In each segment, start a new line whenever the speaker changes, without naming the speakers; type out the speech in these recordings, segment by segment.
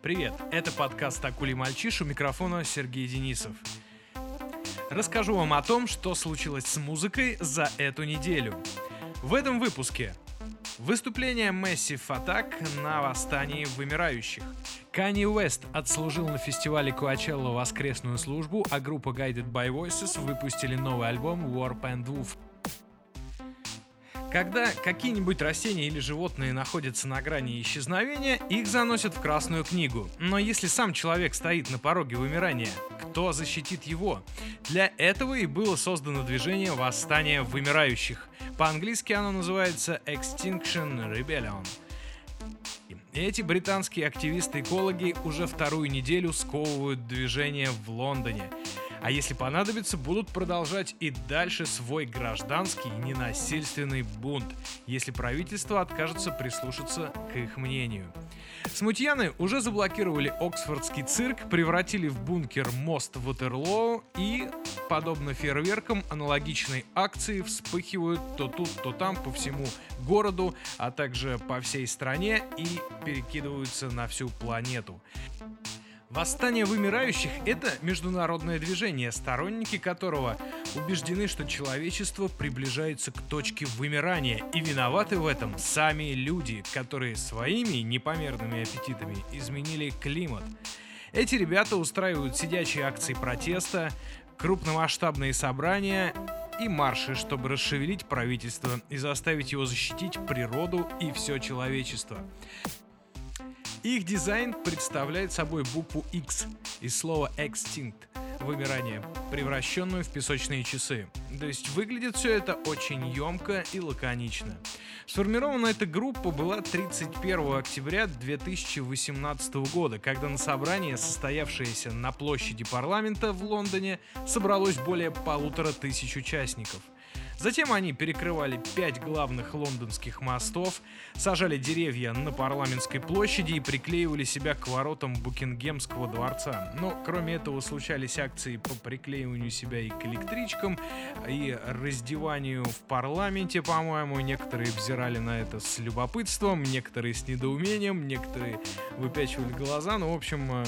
Привет, это подкаст «Акулий мальчиш», у микрофона Сергей Денисов. Расскажу вам о том, что случилось с музыкой за эту неделю. В этом выпуске выступление Massive Attack на восстании вымирающих. Kanye West отслужил на фестивале Coachella воскресную службу, а группа Guided by Voices выпустили новый альбом Warp and Woof. Когда какие-нибудь растения или животные находятся на грани исчезновения, их заносят в Красную книгу. Но если сам человек стоит на пороге вымирания, кто защитит его? Для этого и было создано движение «Восстание вымирающих». По-английски оно называется Extinction Rebellion. Эти британские активисты-экологи уже вторую неделю сковывают движение в Лондоне. А если понадобится, будут продолжать и дальше свой гражданский ненасильственный бунт, если правительство откажется прислушаться к их мнению. Смутьяны уже заблокировали Оксфордский цирк, превратили в бункер мост Ватерлоо и, подобно фейерверкам, аналогичные акции вспыхивают то тут, то там по всему городу, а также по всей стране и перекидываются на всю планету. Восстание вымирающих – это международное движение, сторонники которого убеждены, что человечество приближается к точке вымирания, и виноваты в этом сами люди, которые своими непомерными аппетитами изменили климат. Эти ребята устраивают сидячие акции протеста, крупномасштабные собрания и марши, чтобы расшевелить правительство и заставить его защитить природу и все человечество. Их дизайн представляет собой букву X из слова extinct – вымирание, превращенную в песочные часы. То есть выглядит все это очень емко и лаконично. Сформирована эта группа была 31 октября 2018 года, когда на собрание, состоявшееся на площади парламента в Лондоне, собралось более 1500 участников. Затем они перекрывали 5 главных лондонских мостов, сажали деревья на парламентской площади и приклеивали себя к воротам Букингемского дворца. Но кроме этого случались акции по приклеиванию себя и к электричкам, и раздеванию в парламенте, по-моему. Некоторые взирали на это с любопытством, некоторые с недоумением, некоторые выпячивали глаза. Ну, в общем,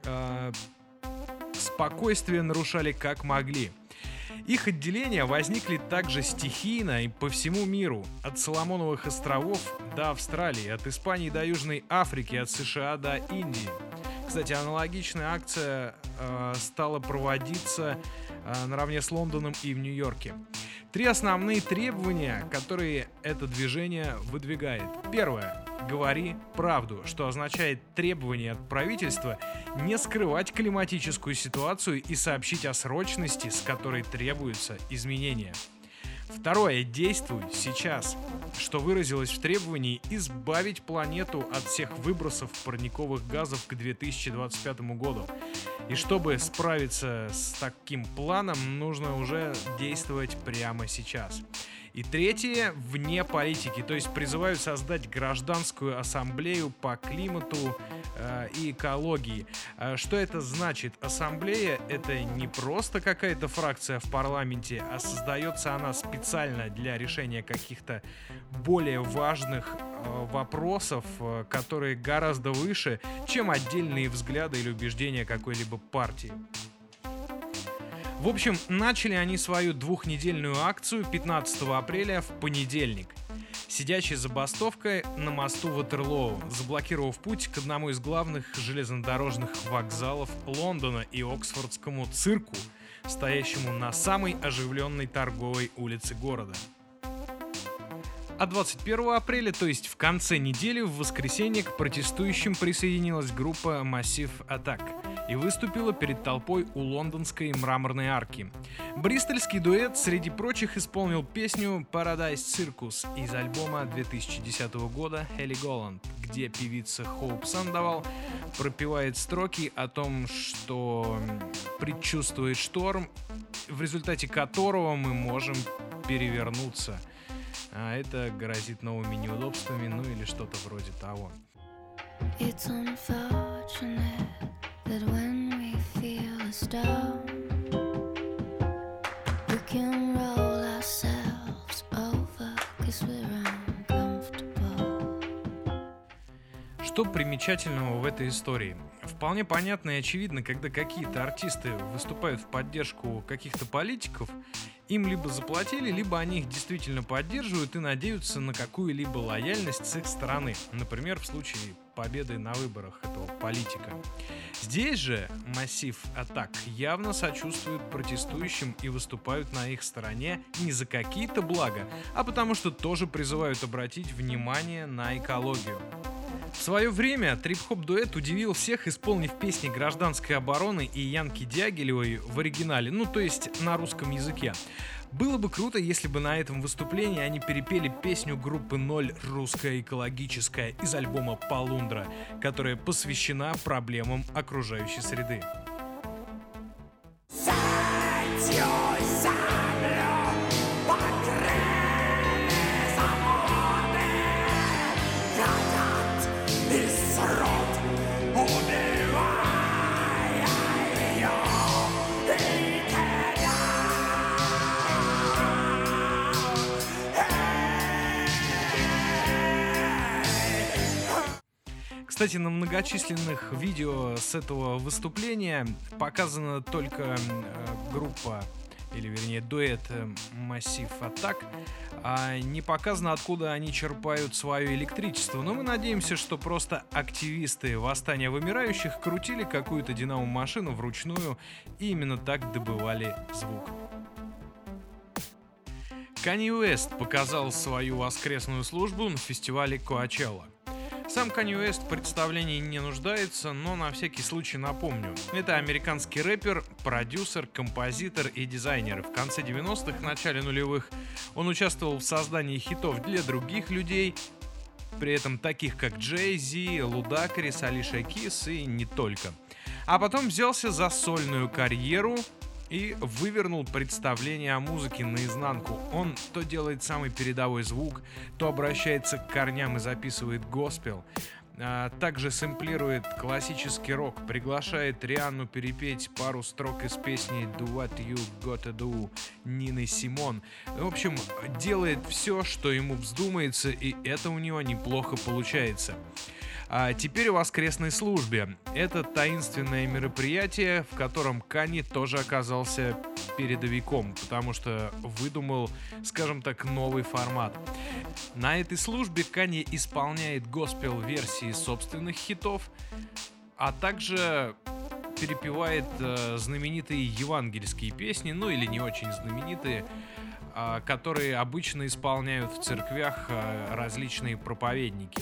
спокойствие нарушали как могли. Их отделения возникли также стихийно и по всему миру, от Соломоновых островов до Австралии, от Испании до Южной Африки, от США до Индии. Кстати, аналогичная акция стала проводиться наравне с Лондоном и в Нью-Йорке. 3 основные требования, которые это движение выдвигает. Первое. Говори правду, что означает требование от правительства не скрывать климатическую ситуацию и сообщить о срочности, с которой требуются изменения. Второе. Действуй сейчас, что выразилось в требовании избавить планету от всех выбросов парниковых газов к 2025 году. И чтобы справиться с таким планом, нужно уже действовать прямо сейчас. И третье, вне политики, то есть призывают создать гражданскую ассамблею по климату и экологии. Что это значит? Ассамблея — это не просто какая-то фракция в парламенте, а создается она специально для решения каких-то более важных вопросов, которые гораздо выше, чем отдельные взгляды или убеждения какой-либо партии. В общем, начали они свою двухнедельную акцию 15 апреля в понедельник, сидячей забастовкой на мосту Ватерлоо, заблокировав путь к одному из главных железнодорожных вокзалов Лондона и Оксфордскому цирку, стоящему на самой оживленной торговой улице города. А 21 апреля, то есть в конце недели, в воскресенье, к протестующим присоединилась группа Massive Attack и выступила перед толпой у лондонской мраморной арки. Бристольский дуэт, среди прочих, исполнил песню Paradise Circus из альбома 2010 года Heligoland, где певица Хоуп Сандовал пропевает строки о том, что предчувствует шторм, в результате которого мы можем перевернуться. А это грозит новыми неудобствами, ну или что-то вроде того.
It's unfortunate that when we feel a storm, we can roll ourselves over 'cause we're uncomfortable.
Что примечательного в этой истории? Вполне понятно и очевидно, когда какие-то артисты выступают в поддержку каких-то политиков, им либо заплатили, либо они их действительно поддерживают и надеются на какую-либо лояльность с их стороны. Например, в случае победы на выборах этого политика. Здесь же Massive Attack явно сочувствуют протестующим и выступают на их стороне не за какие-то блага, а потому что тоже призывают обратить внимание на экологию. В свое время трип-хоп-дуэт удивил всех, исполнив песни «Гражданской обороны» и Янки Дягилевой в оригинале, то есть на русском языке. Было бы круто, если бы на этом выступлении они перепели песню группы «Ноль» «Русская экологическая» из альбома «Полундра», которая посвящена проблемам окружающей среды. Кстати, на многочисленных видео с этого выступления показана только группа, или вернее дуэт Massive Attack, а не показано, откуда они черпают свое электричество. Но мы надеемся, что просто активисты Восстания Вымирающих крутили какую-то динамо-машину вручную и именно так добывали звук. Канье Уэст показал свою воскресную службу на фестивале Коачелла. Сам Канье Уэст в представлении не нуждается, но на всякий случай напомню. Это американский рэпер, продюсер, композитор и дизайнер. В конце 90-х, начале нулевых он участвовал в создании хитов для других людей, при этом таких как Джей Зи, Лудакрис, Алиша Кис и не только. А потом взялся за сольную карьеру и вывернул представление о музыке наизнанку. Он то делает самый передовой звук, то обращается к корням и записывает госпел, также сэмплирует классический рок, приглашает Рианну перепеть пару строк из песни «Do What You Gotta Do» Нины Симон. В общем, делает все, что ему вздумается, и это у него неплохо получается. А теперь о воскресной службе. Это таинственное мероприятие, в котором Канье тоже оказался передовиком, потому что выдумал, скажем так, новый формат. На этой службе Канье исполняет госпел-версии собственных хитов, а также перепевает знаменитые евангельские песни, или не очень знаменитые, которые обычно исполняют в церквях различные проповедники.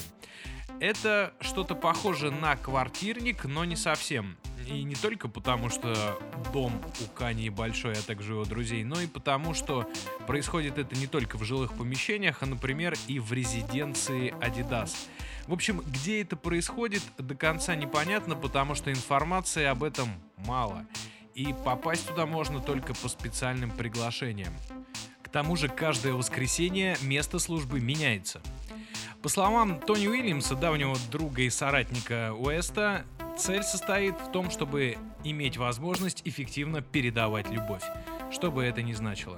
Это что-то похоже на квартирник, но не совсем. И не только потому, что дом у Канье большой, а также его друзей, но и потому, что происходит это не только в жилых помещениях, а, например, и в резиденции Adidas. В общем, где это происходит, до конца непонятно, потому что информации об этом мало. И попасть туда можно только по специальным приглашениям. К тому же, каждое воскресенье место службы меняется. По словам Тони Уильямса, давнего друга и соратника Уэста, цель состоит в том, чтобы иметь возможность эффективно передавать любовь, что бы это ни значило.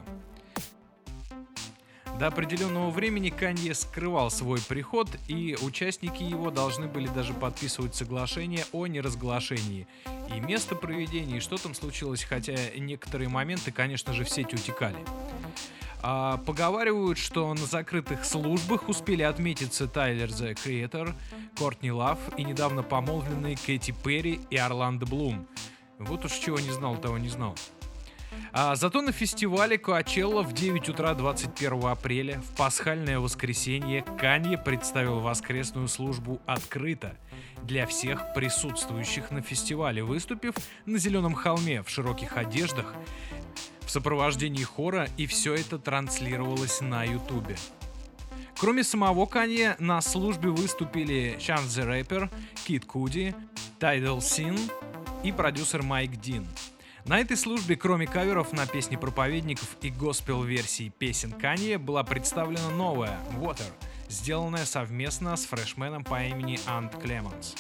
До определенного времени Канье скрывал свой приход, и участники его должны были даже подписывать соглашение о неразглашении и место проведения, и что там случилось, хотя некоторые моменты, конечно же, в сеть утекали. Поговаривают, что на закрытых службах успели отметиться Тайлер The Creator, Кортни Лав и недавно помолвленные Кэти Перри и Орландо Блум. Вот уж чего не знал, того не знал. Зато на фестивале Коачелла в 9 утра 21 апреля в пасхальное воскресенье Канье представил воскресную службу открыто для всех присутствующих на фестивале, выступив на зеленом холме в широких одеждах в сопровождении хора, и все это транслировалось на Ютубе. Кроме самого Канье, на службе выступили Chance the Rapper, Kid Cudi, Tidal Sin и продюсер Майк Дин. На этой службе, кроме каверов на песни проповедников и госпел-версий песен Канье, была представлена новая Water, сделанная совместно с фрешменом по имени Ант Клемонс.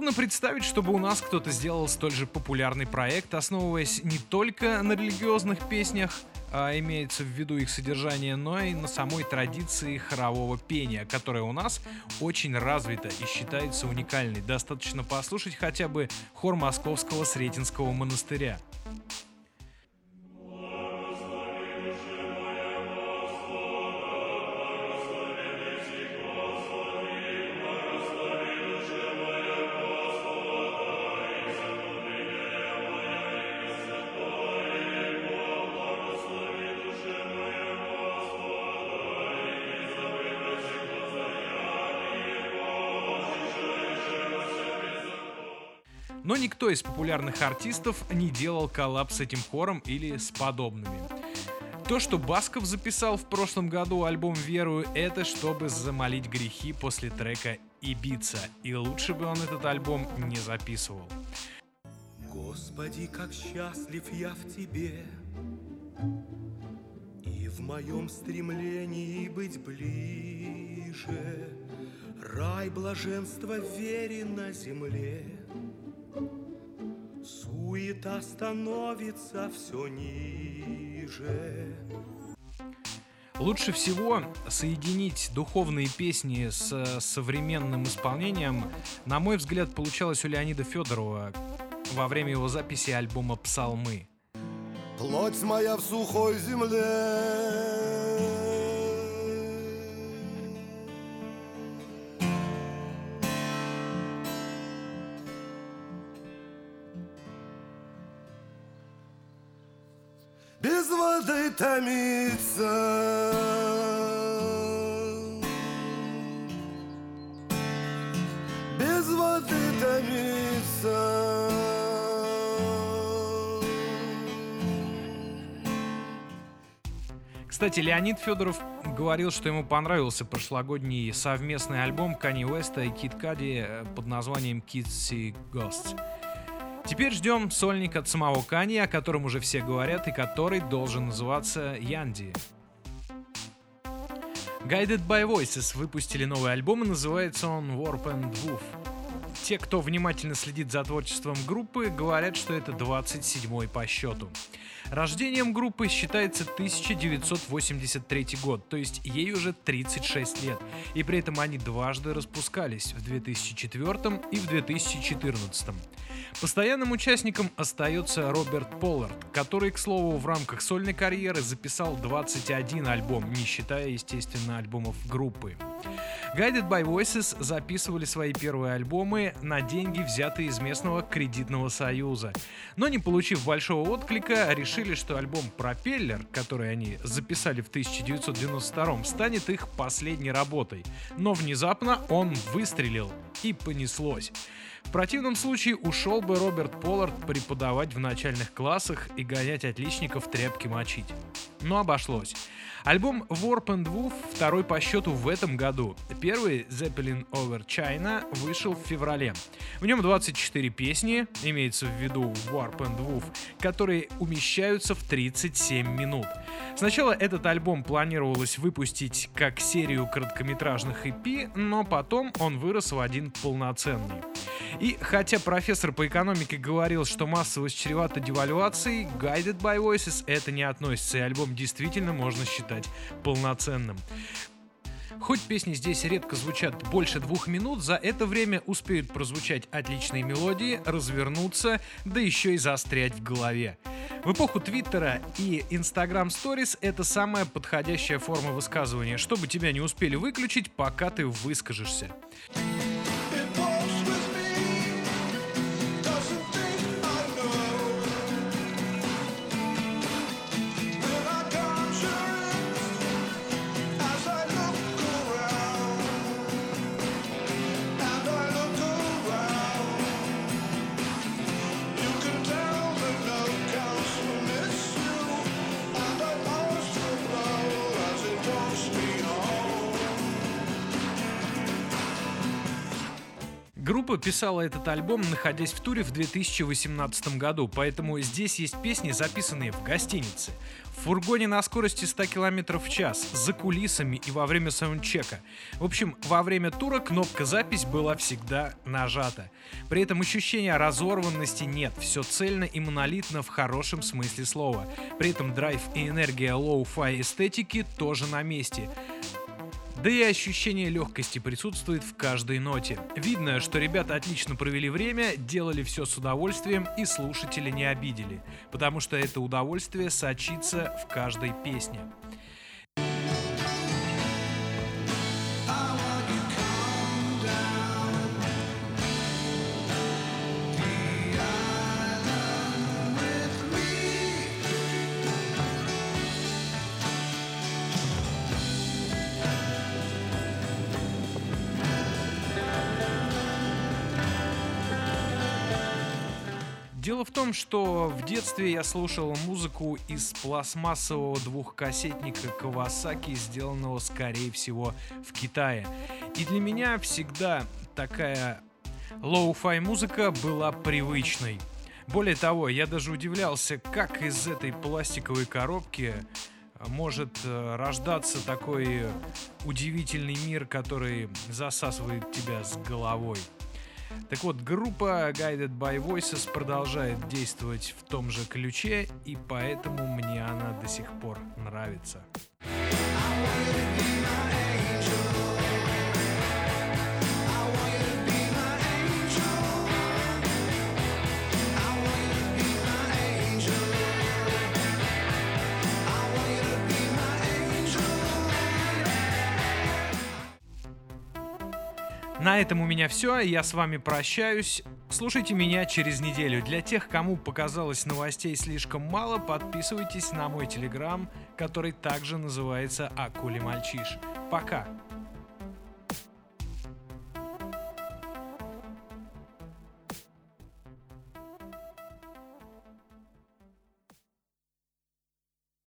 Трудно представить, чтобы у нас кто-то сделал столь же популярный проект, основываясь не только на религиозных песнях, а имеется в виду их содержание, но и на самой традиции хорового пения, которая у нас очень развита и считается уникальной. Достаточно послушать хотя бы хор Московского Сретенского монастыря. Но никто из популярных артистов не делал коллаб с этим хором или с подобными. То, что Басков записал в прошлом году альбом «Верую», это чтобы замолить грехи после трека «Ибица». И лучше бы он этот альбом не записывал.
Господи, как счастлив я в Тебе, и в моем стремлении быть ближе. Рай блаженства в вере на земле. Суета становится все ниже.
Лучше всего соединить духовные песни с современным исполнением, на мой взгляд, получалось у Леонида Федорова во время его записи альбома «Псалмы».
Плоть моя в сухой земле, без воды томится, без воды томится.
Кстати, Леонид Федоров говорил, что ему понравился прошлогодний совместный альбом Канье Уэста и Кид Кади под названием Kids See Ghosts. Теперь ждем сольник от самого Канье, о котором уже все говорят и который должен называться «Янди». Guided by Voices выпустили новый альбом, и называется он Warp and Woof. Те, кто внимательно следит за творчеством группы, говорят, что это 27-й по счету. Рождением группы считается 1983 год, то есть ей уже 36 лет, и при этом они дважды распускались, в 2004 и в 2014. Постоянным участником остается Роберт Поллард, который, к слову, в рамках сольной карьеры записал 21 альбом, не считая, естественно, альбомов группы. Guided by Voices записывали свои первые альбомы на деньги, взятые из местного кредитного союза. Но не получив большого отклика, решили, что альбом «Пропеллер», который они записали в 1992-м, станет их последней работой. Но внезапно он выстрелил, и понеслось. В противном случае ушел бы Роберт Поллард преподавать в начальных классах и гонять отличников тряпки мочить. Но обошлось. Альбом Warp and Woof второй по счету в этом году. Первый, Zeppelin Over China, вышел в феврале. В нем 24 песни, имеется в виду Warp and Woof, которые умещаются в 37 минут. Сначала этот альбом планировалось выпустить как серию короткометражных EP, но потом он вырос в один полноценный. И хотя профессор по экономике говорил, что массовость чревата девальвацией, Guided by Voices это не относится, и альбом действительно можно считать полноценным. Хоть песни здесь редко звучат больше 2 минут, за это время успеют прозвучать отличные мелодии, развернуться, да еще и застрять в голове. В эпоху Твиттера и Instagram Stories это самая подходящая форма высказывания, чтобы тебя не успели выключить, пока ты выскажешься. Группа писала этот альбом, находясь в туре в 2018 году, поэтому здесь есть песни, записанные в гостинице, в фургоне на скорости 100 км в час, за кулисами и во время саундчека. В общем, во время тура кнопка «Запись» была всегда нажата. При этом ощущения разорванности нет, все цельно и монолитно в хорошем смысле слова. При этом драйв и энергия лоу-фай эстетики тоже на месте. Да и ощущение легкости присутствует в каждой ноте. Видно, что ребята отлично провели время, делали все с удовольствием и слушателя не обидели, потому что это удовольствие сочится в каждой песне. Дело в том, что в детстве я слушал музыку из пластмассового двухкассетника Kawasaki, сделанного, скорее всего, в Китае. И для меня всегда такая лоу-фай музыка была привычной. Более того, я даже удивлялся, как из этой пластиковой коробки может рождаться такой удивительный мир, который засасывает тебя с головой. Так вот, группа Guided by Voices продолжает действовать в том же ключе, и поэтому мне она до сих пор нравится. На этом у меня все, я с вами прощаюсь. Слушайте меня через неделю. Для тех, кому показалось новостей слишком мало, подписывайтесь на мой телеграм, который также называется Акули Мальчиш. Пока!